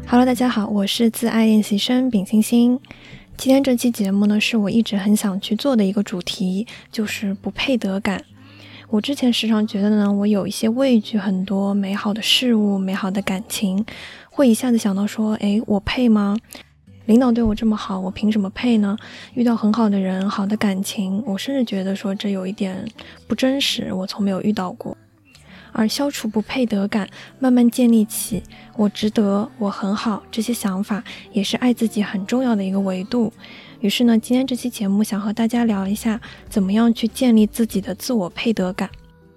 Hello， 大家好，我是自爱练习生丙星星。今天这期节目呢，是我一直很想去做的一个主题，就是不配得感。我之前时常觉得呢，我有一些畏惧很多美好的事物、美好的感情，会一下子想到说，我配吗？领导对我这么好，我凭什么配呢？遇到很好的人、好的感情，我甚至觉得说这有一点不真实，我从没有遇到过。而消除不配得感，慢慢建立起我值得、我很好这些想法，也是爱自己很重要的一个维度。于是呢，今天这期节目想和大家聊一下，怎么样去建立自己的自我配得感。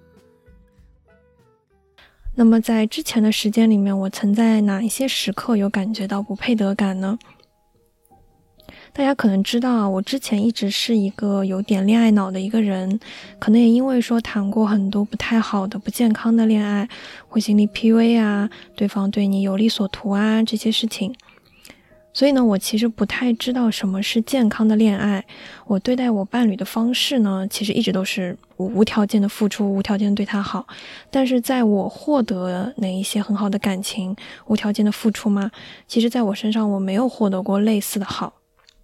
那么在之前的时间里面，我曾在哪一些时刻有感觉到不配得感呢？大家可能知道啊，我之前一直是一个有点恋爱脑的一个人，可能也因为说谈过很多不太好的、不健康的恋爱，会经历 PUA 啊，对方对你有利所图啊这些事情。所以呢，我其实不太知道什么是健康的恋爱。我对待我伴侣的方式呢，其实一直都是无条件的付出，无条件的对他好。但是在我获得哪一些很好的感情，无条件的付出吗？其实在我身上我没有获得过类似的好。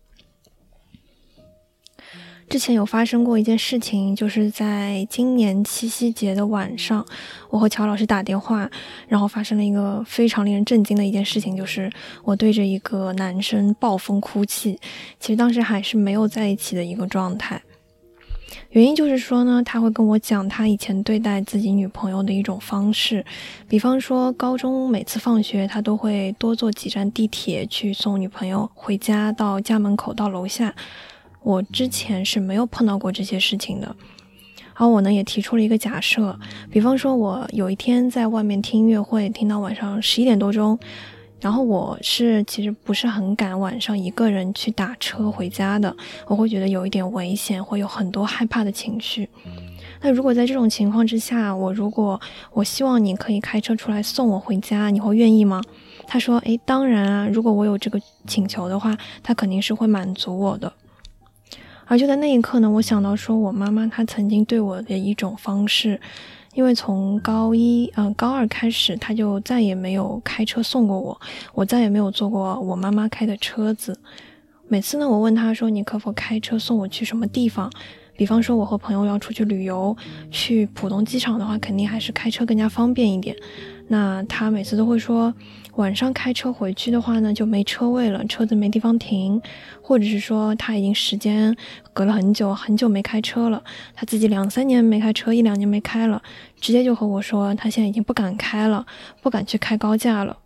之前有发生过一件事情，就是在今年七夕节的晚上，我和乔老师打电话，然后发生了一个非常令人震惊的一件事情，就是我对着一个男生暴风哭泣。其实当时还是没有在一起的一个状态，原因就是说呢，他会跟我讲他以前对待自己女朋友的一种方式，比方说高中每次放学他都会多坐几站地铁去送女朋友回家，到家门口到楼下。我之前是没有碰到过这些事情的，然后我呢也提出了一个假设，比方说我有一天在外面听音乐会，听到晚上11点多钟，然后我是其实不是很敢晚上一个人去打车回家的，我会觉得有一点危险，会有很多害怕的情绪。那如果在这种情况之下，我希望你可以开车出来送我回家，你会愿意吗？他说当然啊，如果我有这个请求的话，他肯定是会满足我的。而就在那一刻呢，我想到说我妈妈她曾经对我的一种方式，因为从高二开始，她就再也没有开车送过我，我再也没有坐过我妈妈开的车子。每次呢，我问她说你可否开车送我去什么地方，比方说我和朋友要出去旅游，去浦东机场的话，肯定还是开车更加方便一点。那他每次都会说，晚上开车回去的话呢，就没车位了，车子没地方停，或者是说他已经时间隔了很久很久没开车了，他自己2-3年没开车，1-2年没开了，直接就和我说他现在已经不敢开了，不敢去开高架了。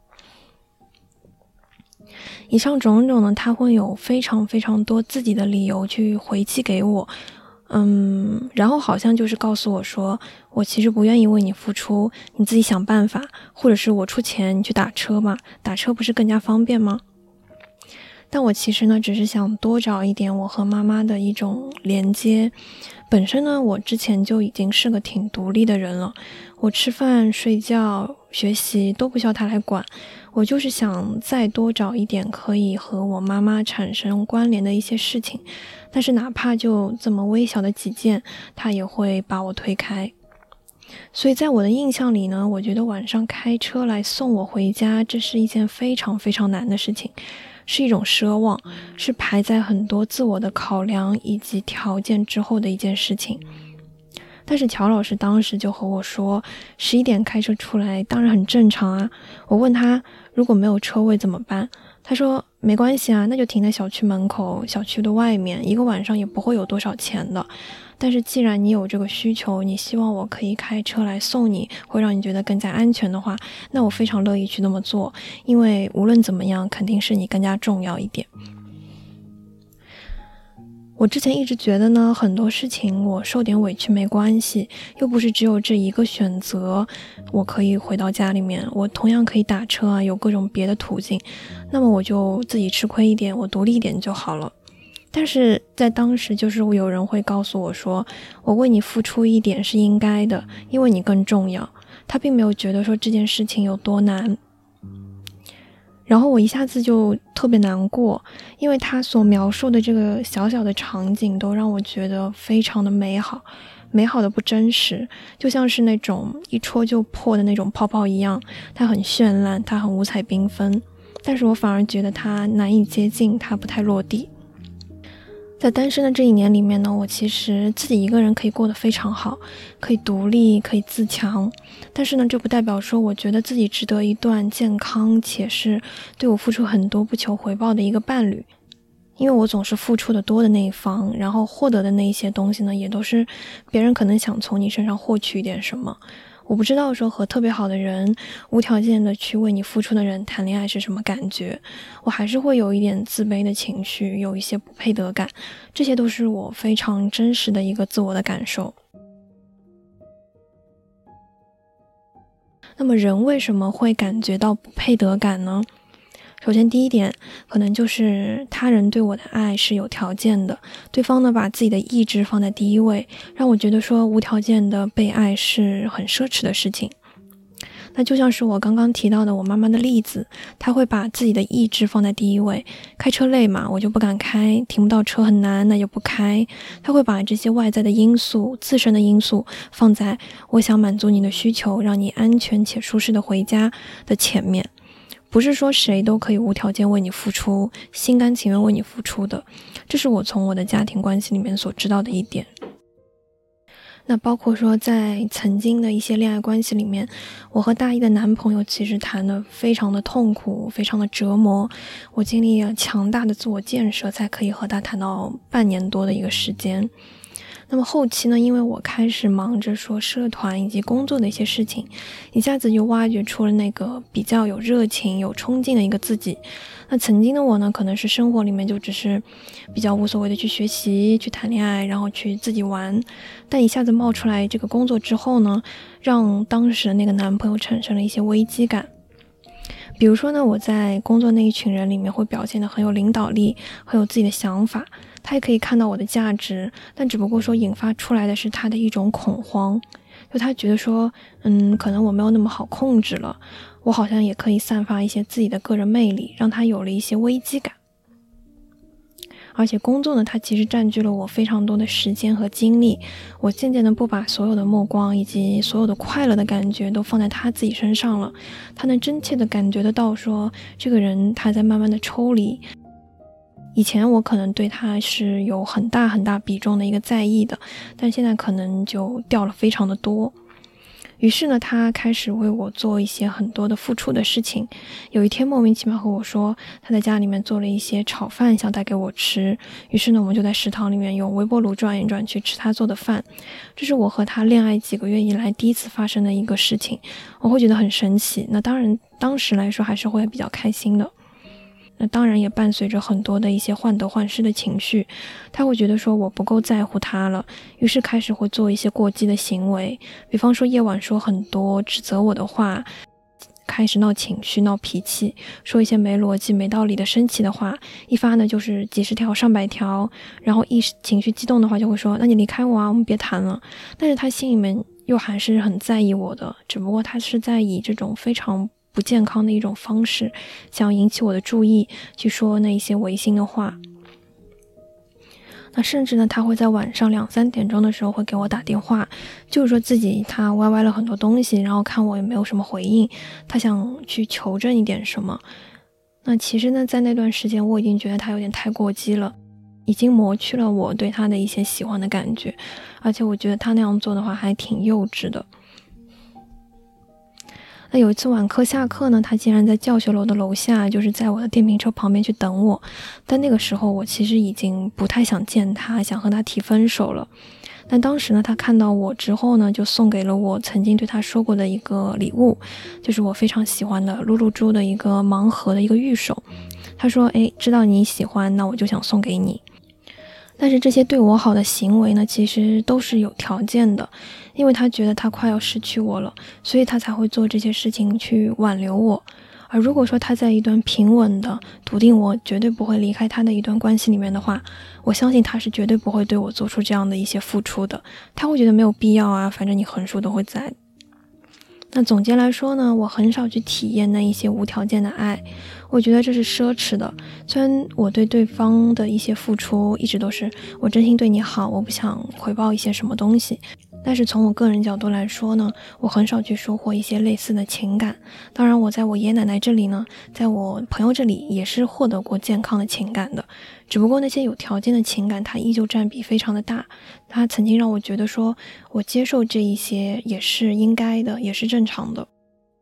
以上种种呢，他会有非常非常多自己的理由去回击给我，然后好像就是告诉我说，我其实不愿意为你付出，你自己想办法，或者是我出钱，你去打车嘛，打车不是更加方便吗？但我其实呢，只是想多找一点我和妈妈的一种连接。本身呢，我之前就已经是个挺独立的人了，我吃饭、睡觉、学习都不需要她来管，我就是想再多找一点可以和我妈妈产生关联的一些事情，但是哪怕就这么微小的几件，她也会把我推开。所以在我的印象里呢，我觉得晚上开车来送我回家，这是一件非常非常难的事情，是一种奢望，是排在很多自我的考量以及条件之后的一件事情。但是乔老师当时就和我说，11点开车出来当然很正常啊。我问他如果没有车位怎么办，他说没关系啊，那就停在小区门口，小区的外面，一个晚上也不会有多少钱的。但是既然你有这个需求，你希望我可以开车来送你，会让你觉得更加安全的话，那我非常乐意去那么做，因为无论怎么样，肯定是你更加重要一点。我之前一直觉得呢，很多事情我受点委屈没关系，又不是只有这一个选择，我可以回到家里面，我同样可以打车啊，有各种别的途径，那么我就自己吃亏一点，我独立一点就好了。但是在当时就是有人会告诉我说，我为你付出一点是应该的，因为你更重要。他并没有觉得说这件事情有多难，然后我一下子就特别难过，因为他所描述的这个小小的场景都让我觉得非常的美好，美好的不真实，就像是那种一戳就破的那种泡泡一样，它很绚烂，它很五彩缤纷， 但是我反而觉得它难以接近，它不太落地。在单身的这一年里面呢，我其实自己一个人可以过得非常好，可以独立，可以自强。但是呢，这不代表说我觉得自己值得一段健康且是对我付出很多不求回报的一个伴侣。因为我总是付出的多的那一方，然后获得的那一些东西呢，也都是别人可能想从你身上获取一点什么。我不知道说和特别好的人无条件的去为你付出的人谈恋爱是什么感觉，我还是会有一点自卑的情绪，有一些不配得感，这些都是我非常真实的一个自我的感受。那么人为什么会感觉到不配得感呢？首先第一点，可能就是他人对我的爱是有条件的，对方呢把自己的意志放在第一位，让我觉得说无条件的被爱是很奢侈的事情。那就像是我刚刚提到的我妈妈的例子，她会把自己的意志放在第一位，开车累嘛，我就不敢开，停不到车很难，那就不开。她会把这些外在的因素、自身的因素放在我想满足你的需求，让你安全且舒适的回家的前面。不是说谁都可以无条件为你付出，心甘情愿为你付出的，这是我从我的家庭关系里面所知道的一点。那包括说在曾经的一些恋爱关系里面，我和大一的男朋友其实谈得非常的痛苦，非常的折磨，我经历了强大的自我建设才可以和他谈到半年多的一个时间。那么后期呢，因为我开始忙着说社团以及工作的一些事情，一下子就挖掘出了那个比较有热情有冲劲的一个自己。那曾经的我呢，可能是生活里面就只是比较无所谓的去学习去谈恋爱，然后去自己玩，但一下子冒出来这个工作之后呢，让当时的那个男朋友产生了一些危机感。比如说呢，我在工作那一群人里面会表现得很有领导力，很有自己的想法，他也可以看到我的价值，但只不过说引发出来的是他的一种恐慌，就他觉得说可能我没有那么好控制了，我好像也可以散发一些自己的个人魅力，让他有了一些危机感。而且工作呢，它其实占据了我非常多的时间和精力，我渐渐的不把所有的目光以及所有的快乐的感觉都放在他自己身上了，他能真切的感觉得到说这个人他在慢慢的抽离。以前我可能对他是有很大很大比重的一个在意的，但现在可能就掉了非常的多。于是呢，他开始为我做一些很多的付出的事情。有一天莫名其妙和我说，他在家里面做了一些炒饭想带给我吃。于是呢，我们就在食堂里面用微波炉转一转去吃他做的饭。这是我和他恋爱几个月以来第一次发生的一个事情，我会觉得很神奇。那当然，当时来说还是会比较开心的。那当然也伴随着很多的一些患得患失的情绪，他会觉得说我不够在乎他了，于是开始会做一些过激的行为，比方说夜晚说很多指责我的话，开始闹情绪闹脾气，说一些没逻辑没道理的生气的话，一发呢就是几十条上百条，然后一情绪激动的话就会说那你离开我啊，我们别谈了。但是他心里面又还是很在意我的，只不过他是在以这种非常不健康的一种方式，想要引起我的注意，去说那一些违心的话。那甚至呢，他会在晚上2、3点钟的时候会给我打电话，就是说自己他歪了很多东西，然后看我也没有什么回应，他想去求证一点什么。那其实呢，在那段时间我已经觉得他有点太过激了，已经磨去了我对他的一些喜欢的感觉，而且我觉得他那样做的话还挺幼稚的。那有一次晚课下课呢，他竟然在教学楼的楼下，就是在我的电瓶车旁边去等我。但那个时候我其实已经不太想见他，想和他提分手了。但当时呢，他看到我之后呢，就送给了我曾经对他说过的一个礼物，就是我非常喜欢的露露珠的一个盲盒的一个玉手。他说知道你喜欢，那我就想送给你。但是这些对我好的行为呢，其实都是有条件的，因为他觉得他快要失去我了，所以他才会做这些事情去挽留我。而如果说他在一段平稳的笃定我绝对不会离开他的一段关系里面的话，我相信他是绝对不会对我做出这样的一些付出的，他会觉得没有必要啊，反正你横竖都会在。那总结来说呢，我很少去体验那一些无条件的爱，我觉得这是奢侈的。虽然我对对方的一些付出一直都是我真心对你好，我不想回报一些什么东西， 但是从我个人角度来说呢，我很少去收获一些类似的情感。当然我在我爷爷奶奶这里呢，在我朋友这里也是获得过健康的情感的，只不过那些有条件的情感它依旧占比非常的大，它曾经让我觉得说我接受这一些也是应该的，也是正常的。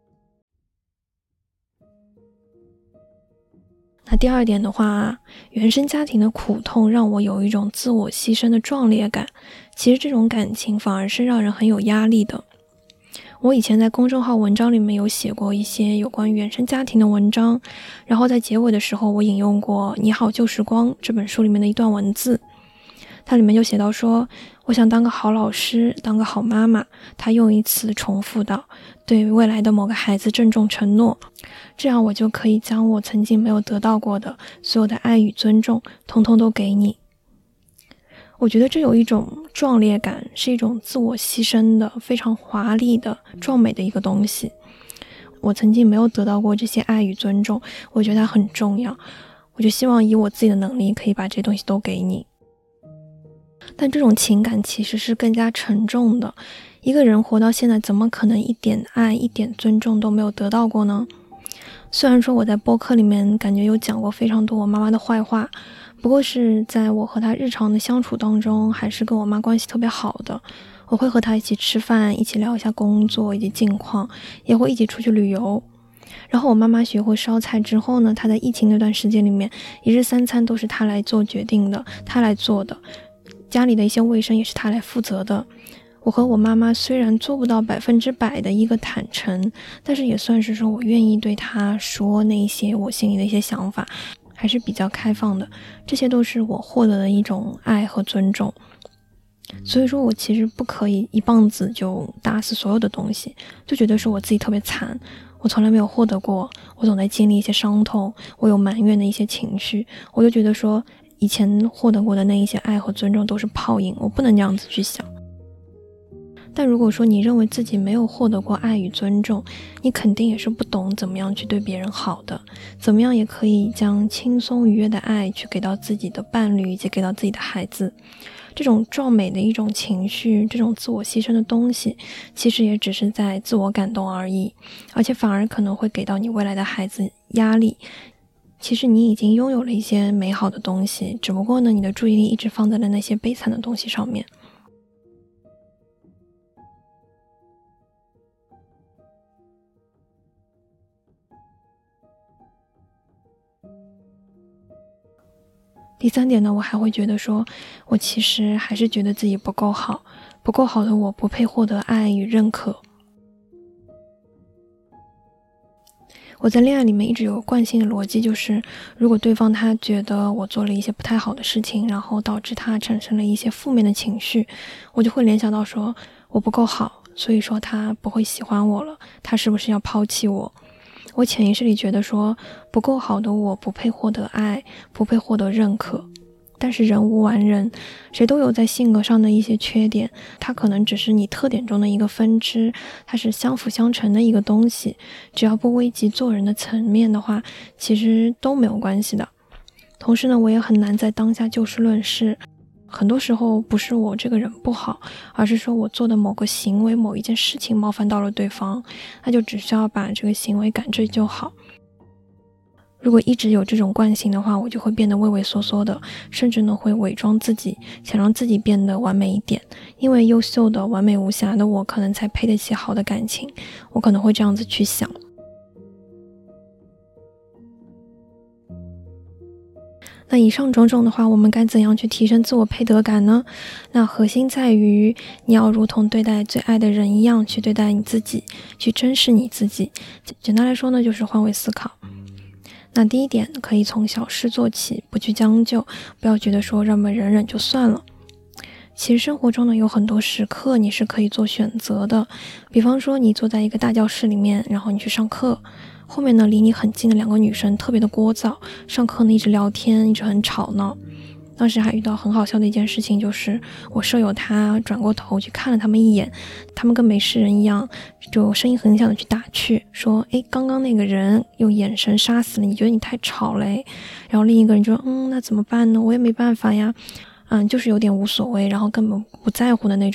那第二点的话，原生家庭的苦痛让我有一种自我牺牲的壮烈感，其实这种感情反而是让人很有压力的。我以前在公众号文章里面有写过一些有关于原生家庭的文章，然后在结尾的时候我引用过《你好旧时光》这本书里面的一段文字，它里面就写到说，我想当个好老师，当个好妈妈，他用一词重复到，对未来的某个孩子郑重承诺，这样我就可以将我曾经没有得到过的所有的爱与尊重统统都给你。我觉得这有一种壮烈感，是一种自我牺牲的非常华丽的壮美的一个东西。我曾经没有得到过这些爱与尊重，我觉得它很重要，我就希望以我自己的能力可以把这些东西都给你。但这种情感其实是更加沉重的，一个人活到现在怎么可能一点爱一点尊重都没有得到过呢？虽然说我在播客里面感觉有讲过非常多我妈妈的坏话，不过是在我和她日常的相处当中，还是跟我妈关系特别好的。我会和她一起吃饭，一起聊一下工作以及近况，也会一起出去旅游。然后我妈妈学会烧菜之后呢，她在疫情那段时间里面，一日三餐都是她来做决定的，她来做的，家里的一些卫生也是她来负责的。我和我妈妈虽然做不到100%的一个坦诚，但是也算是说我愿意对她说那些我心里的一些想法，还是比较开放的，这些都是我获得的一种爱和尊重。所以说我其实不可以一棒子就打死所有的东西，就觉得说我自己特别惨，我从来没有获得过，我总在经历一些伤痛，我有埋怨的一些情绪，我就觉得说以前获得过的那一些爱和尊重都是泡影，我不能这样子去想。但如果说你认为自己没有获得过爱与尊重，你肯定也是不懂怎么样去对别人好的，怎么样也可以将轻松愉悦的爱去给到自己的伴侣以及给到自己的孩子。这种壮美的一种情绪，这种自我牺牲的东西，其实也只是在自我感动而已，而且反而可能会给到你未来的孩子压力。其实你已经拥有了一些美好的东西，只不过呢，你的注意力一直放在了那些悲惨的东西上面。第三点呢，我还会觉得说，我其实还是觉得自己不够好，不够好的我不配获得爱与认可。我在恋爱里面一直有惯性的逻辑，就是如果对方他觉得我做了一些不太好的事情，然后导致他产生了一些负面的情绪，我就会联想到说我不够好，所以说他不会喜欢我了，他是不是要抛弃我？我潜意识里觉得说不够好的我不配获得爱，不配获得认可。但是人无完人，谁都有在性格上的一些缺点，它可能只是你特点中的一个分支，它是相辅相成的一个东西，只要不危及做人的层面的话，其实都没有关系的。同时呢，我也很难在当下就事论事，很多时候不是我这个人不好，而是说我做的某个行为某一件事情冒犯到了对方，那就只需要把这个行为改正就好。如果一直有这种惯性的话，我就会变得畏畏缩缩的，甚至呢会伪装自己，想让自己变得完美一点，因为优秀的完美无瑕的我可能才配得起好的感情，我可能会这样子去想。那以上种种的话，我们该怎样去提升自我配得感呢？那核心在于你要如同对待最爱的人一样去对待你自己，去珍视你自己。简单来说呢，就是换位思考。那第一点，可以从小事做起，不去将就，不要觉得说让我们忍忍就算了。其实生活中呢，有很多时刻你是可以做选择的，比方说你坐在一个大教室里面，然后你去上课，后面呢离你很近的2个女生特别的聒噪，上课呢一直聊天，一直很吵闹。当时还遇到很好笑的一件事情，就是我舍友他转过头去看了他们一眼，他们跟没事人一样，就声音很响的去打趣，说刚刚那个人用眼神杀死了你，觉得你太吵了。然后另一个人就说那怎么办呢，我也没办法呀，就是有点无所谓，然后根本不在乎的那种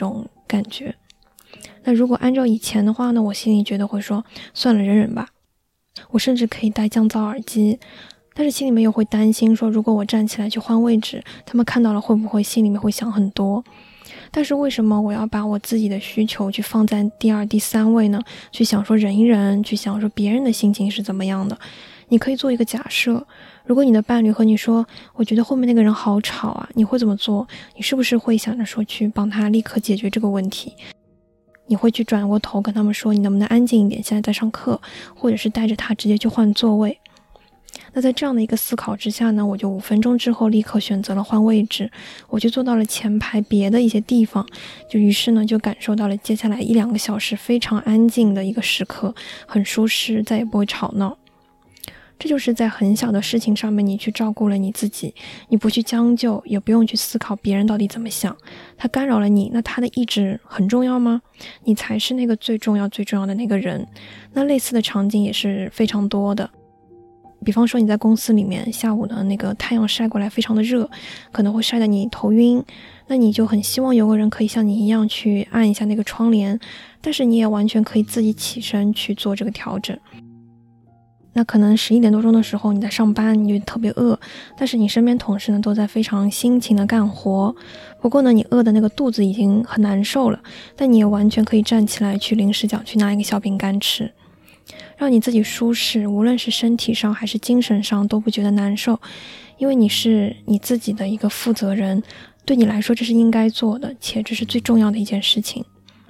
感觉。那如果按照以前的话呢，我心里觉得会说算了，忍忍吧。我甚至可以戴降噪耳机，但是心里面又会担心说，如果我站起来去换位置，他们看到了会不会心里面会想很多。但是为什么我要把我自己的需求去放在第二、第三位呢？去想说忍一忍，去想说别人的心情是怎么样的。你可以做一个假设，如果你的伴侣和你说，我觉得后面那个人好吵啊，你会怎么做？你是不是会想着说去帮他立刻解决这个问题？你会去转过头跟他们说，你能不能安静一点，现在在上课，或者是带着他直接去换座位。那在这样的一个思考之下呢，我就5分钟之后立刻选择了换位置，我就坐到了前排别的一些地方，于是呢就感受到了接下来1-2个小时非常安静的一个时刻，很舒适，再也不会吵闹。这就是在很小的事情上面你去照顾了你自己，你不去将就，也不用去思考别人到底怎么想，他干扰了你，那他的意志很重要吗？你才是那个最重要的那个人。那类似的场景也是非常多的，比方说你在公司里面，下午的那个太阳晒过来非常的热，可能会晒得你头晕，那你就很希望有个人可以像你一样去按一下那个窗帘，但是你也完全可以自己起身去做这个调整。那可能11点多钟的时候你在上班，你就特别饿，但是你身边同事呢都在非常辛勤的干活，不过呢你饿的那个肚子已经很难受了，但你也完全可以站起来去零食角去拿一个小饼干吃，让你自己舒适，无论是身体上还是精神上都不觉得难受，因为你是你自己的一个负责人，对你来说这是应该做的，且这是最重要的一件事情。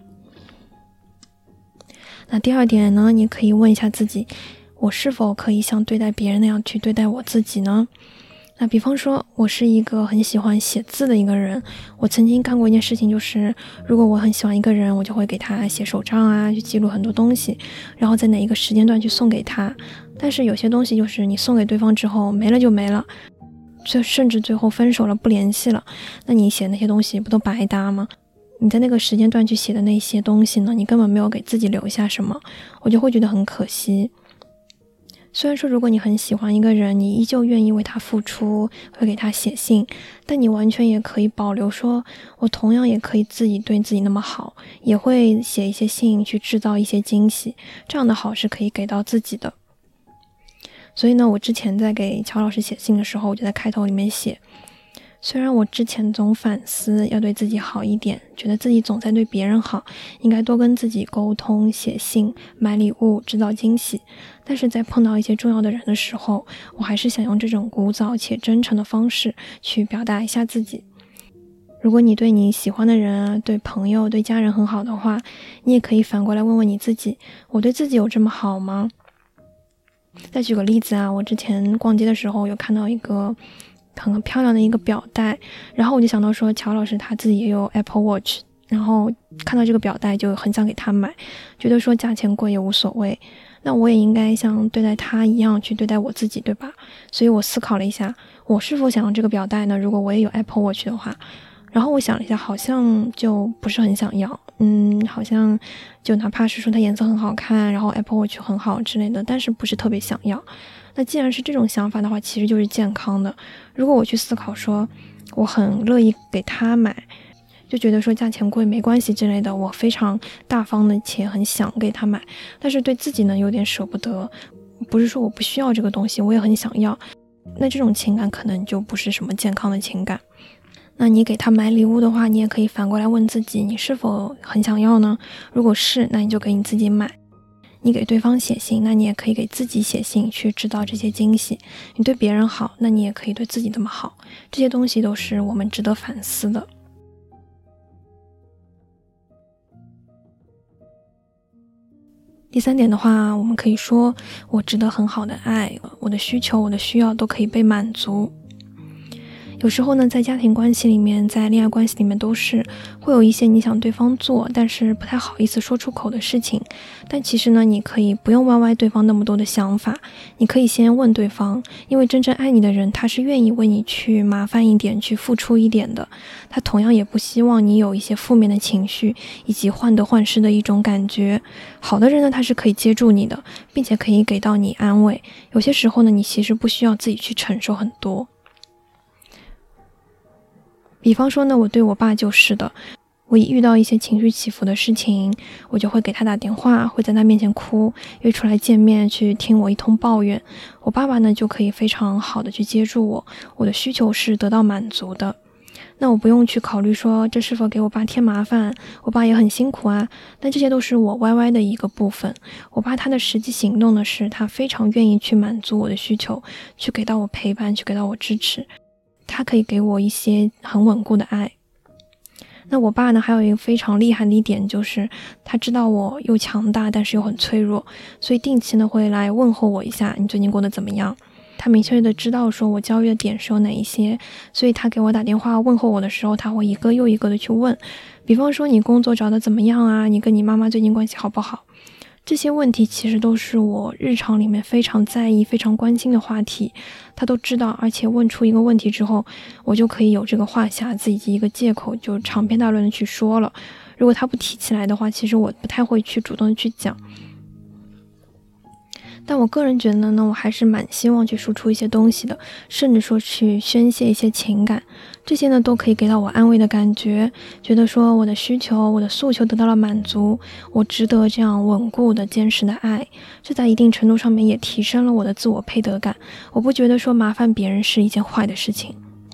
那第二点呢，你可以问一下自己，我是否可以像对待别人那样去对待我自己呢？那比方说我是一个很喜欢写字的一个人，我曾经干过一件事情，就是如果我很喜欢一个人，我就会给他写手账啊，去记录很多东西，然后在哪一个时间段去送给他。但是有些东西就是你送给对方之后没了就没了，甚至最后分手了不联系了，那你写那些东西不都白搭吗？你在那个时间段去写的那些东西呢，你根本没有给自己留下什么，我就会觉得很可惜。虽然说如果你很喜欢一个人，你依旧愿意为他付出，会给他写信，但你完全也可以保留说，我同样也可以自己对自己那么好，也会写一些信去制造一些惊喜，这样的好是可以给到自己的。所以呢，我之前在给乔老师写信的时候，我就在开头里面写，虽然我之前总反思要对自己好一点，觉得自己总在对别人好，应该多跟自己沟通，写信，买礼物，制造惊喜，但是在碰到一些重要的人的时候，我还是想用这种古早且真诚的方式去表达一下自己。如果你对你喜欢的人啊，对朋友，对家人很好的话，你也可以反过来问问你自己，我对自己有这么好吗？再举个例子啊，我之前逛街的时候有看到一个很漂亮的一个表带，然后我就想到说，乔老师他自己也有 Apple Watch， 然后看到这个表带就很想给他买，觉得说价钱贵也无所谓，那我也应该像对待他一样去对待我自己，对吧？所以我思考了一下，我是否想要这个表带呢？如果我也有 Apple Watch 的话，然后我想了一下，好像就不是很想要，好像就哪怕是说它颜色很好看，然后 Apple Watch 很好之类的，但是不是特别想要。那既然是这种想法的话，其实就是健康的。如果我去思考说，我很乐意给他买，就觉得说价钱贵没关系之类的，我非常大方的且很想给他买，但是对自己呢有点舍不得，不是说我不需要这个东西，我也很想要，那这种情感可能就不是什么健康的情感。那你给他买礼物的话，你也可以反过来问自己，你是否很想要呢？如果是，那你就给你自己买。你给对方写信，那你也可以给自己写信，去制造这些惊喜。你对别人好，那你也可以对自己这么好。这些东西都是我们值得反思的。第三点的话，我们可以说，我值得很好的爱，我的需求，我的需要都可以被满足。有时候呢，在家庭关系里面，在恋爱关系里面都是会有一些你想对方做，但是不太好意思说出口的事情。但其实呢，你可以不用歪对方那么多的想法，你可以先问对方，因为真正爱你的人，他是愿意为你去麻烦一点，去付出一点的。他同样也不希望你有一些负面的情绪，以及患得患失的一种感觉。好的人呢，他是可以接住你的，并且可以给到你安慰。有些时候呢，你其实不需要自己去承受很多。比方说呢，我对我爸就是的， 我一遇到一些情绪起伏的事情，我就会给他打电话，会在他面前哭，约出来见面去听我一通抱怨。我爸爸呢就可以非常好的去接住我，我的需求是得到满足的。那我不用去考虑说这是否给我爸添麻烦，我爸也很辛苦啊，但这些都是我歪歪的一个部分。我爸他的实际行动呢是他非常愿意去满足我的需求，去给到我陪伴，去给到我支持，他可以给我一些很稳固的爱。那我爸呢还有一个非常厉害的一点，就是他知道我又强大但是又很脆弱，所以定期呢会来问候我一下，你最近过得怎么样。他明确的知道说我焦虑的点是有哪一些，所以他给我打电话问候我的时候，他会一个又一个的去问，比方说你工作找得怎么样啊，你跟你妈妈最近关系好不好。这些问题其实都是我日常里面非常在意非常关心的话题，他都知道，而且问出一个问题之后，我就可以有这个话匣子以及一个借口，就长篇大论的去说了。如果他不提起来的话，其实我不太会去主动的去讲。但我个人觉得呢，我还是蛮希望去输出一些东西的，甚至说去宣泄一些情感，这些呢都可以给到我安慰的感觉，觉得说我的需求我的诉求得到了满足，我值得这样稳固的坚实的爱，这在一定程度上面也提升了我的自我配得感，我不觉得说麻烦别人是一件坏的事情。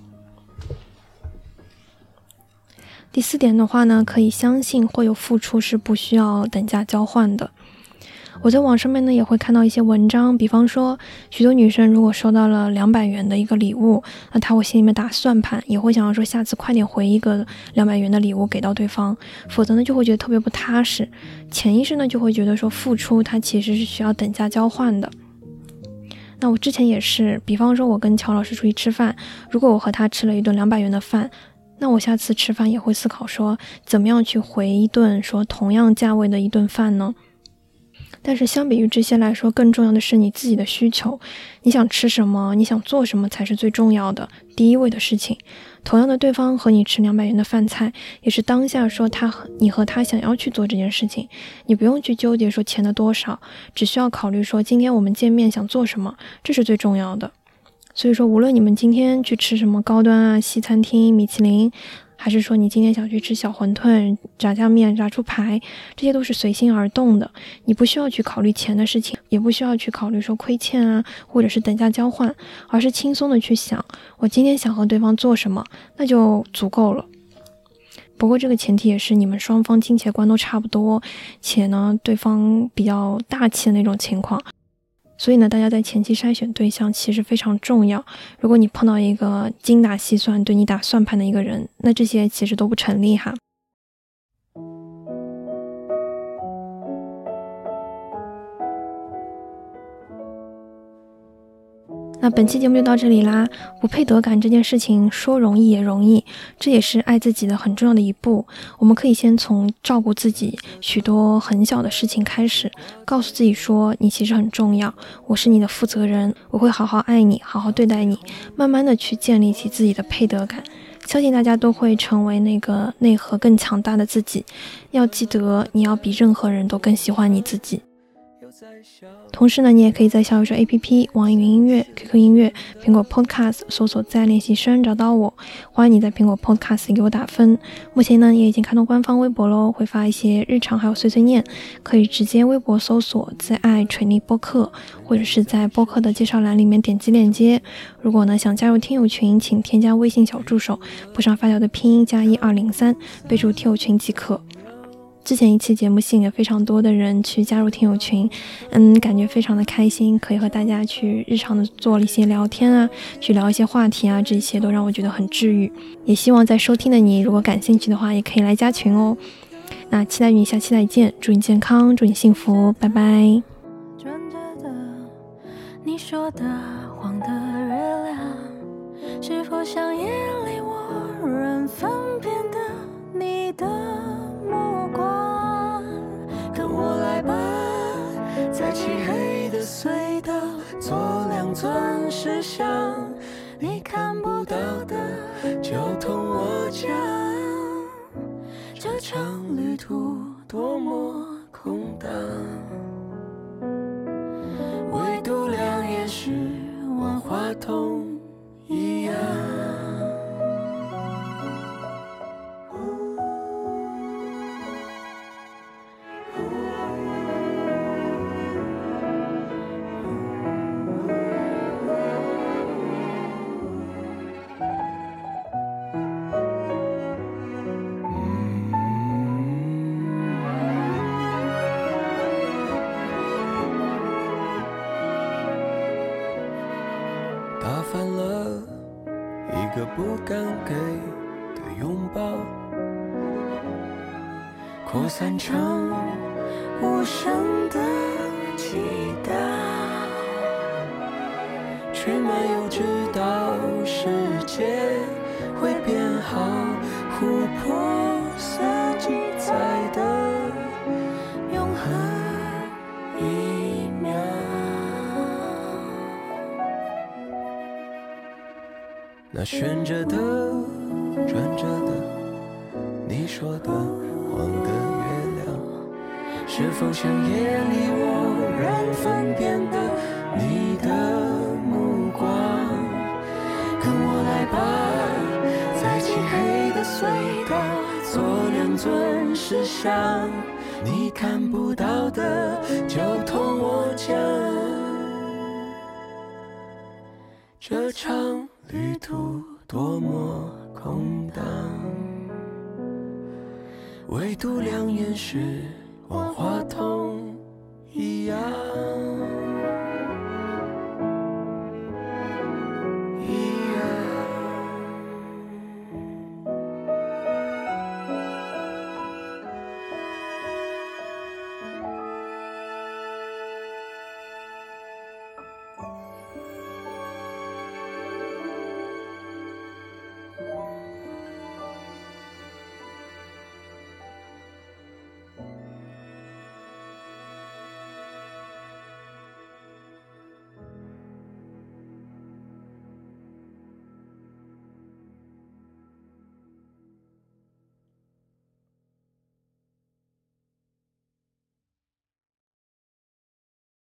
第4点的话呢，可以相信会有付出是不需要等价交换的。我在网上面呢也会看到一些文章，比方说许多女生如果收到了200元的一个礼物，那她会心里面打算盘，也会想要说下次快点回一个200元的礼物给到对方，否则呢就会觉得特别不踏实，潜意识呢就会觉得说付出它其实是需要等价交换的。那我之前也是，比方说我跟乔老师出去吃饭，如果我和他吃了一顿200元的饭，那我下次吃饭也会思考说怎么样去回一顿说同样价位的一顿饭呢？但是相比于这些来说，更重要的是你自己的需求，你想吃什么，你想做什么才是最重要的第一位的事情。同样的，对方和你吃200元的饭菜，也是当下说你和他想要去做这件事情，你不用去纠结说钱的多少，只需要考虑说今天我们见面想做什么，这是最重要的。所以说无论你们今天去吃什么高端啊西餐厅米其林，还是说你今天想去吃小馄饨炸酱面炸猪排，这些都是随心而动的，你不需要去考虑钱的事情，也不需要去考虑说亏欠啊或者是等价交换，而是轻松的去想我今天想和对方做什么，那就足够了。不过这个前提也是你们双方金钱观都差不多，且呢对方比较大气的那种情况。所以呢，大家在前期筛选对象其实非常重要。如果你碰到一个精打细算、对你打算盘的一个人，那这些其实都不成立哈。那本期节目就到这里啦。不配得感这件事情说容易也容易，这也是爱自己的很重要的一步。我们可以先从照顾自己许多很小的事情开始，告诉自己说你其实很重要，我是你的负责人，我会好好爱你，好好对待你，慢慢的去建立起自己的配得感。相信大家都会成为那个内核更强大的自己。要记得你要比任何人都更喜欢你自己。同时呢，你也可以在小宇宙 APP、网易云音乐、QQ 音乐、苹果 Podcast 搜索自爱练习生找到我。欢迎你在苹果 Podcast 给我打分。目前呢也已经开通官方微博咯，会发一些日常还有碎碎念，可以直接微博搜索自爱锤泥播客，或者是在播客的介绍栏里面点击链接。如果呢想加入听友群，请添加微信小助手，补上发条的拼音+1203，备注听友群即可。之前一期节目吸引了非常多的人去加入听友群，感觉非常的开心，可以和大家去日常的做了一些聊天啊，去聊一些话题啊，这些都让我觉得很治愈。也希望在收听的你如果感兴趣的话，也可以来加群哦。那期待与你下期再见，祝你健康，祝你幸福，拜拜。 转着的你说的黄的月亮，是否像夜里我人分辨的你的目光，跟我来吧，在漆黑的隧道做两尊石像，你看不到的就同我讲，这场旅途多么空荡，唯独两眼是万花筒一样。 个不敢给的拥抱，扩散成无声的祈祷，却没有知道世界会变好，琥珀色记载的永恒一秒。那旋着的转着的你说的黄的月亮，是否像夜里我人分辨的你的目光？跟我来吧，在漆黑的隧道做两尊石像，你看不到的就同我讲，这场旅途多么空荡，唯独两眼是万花筒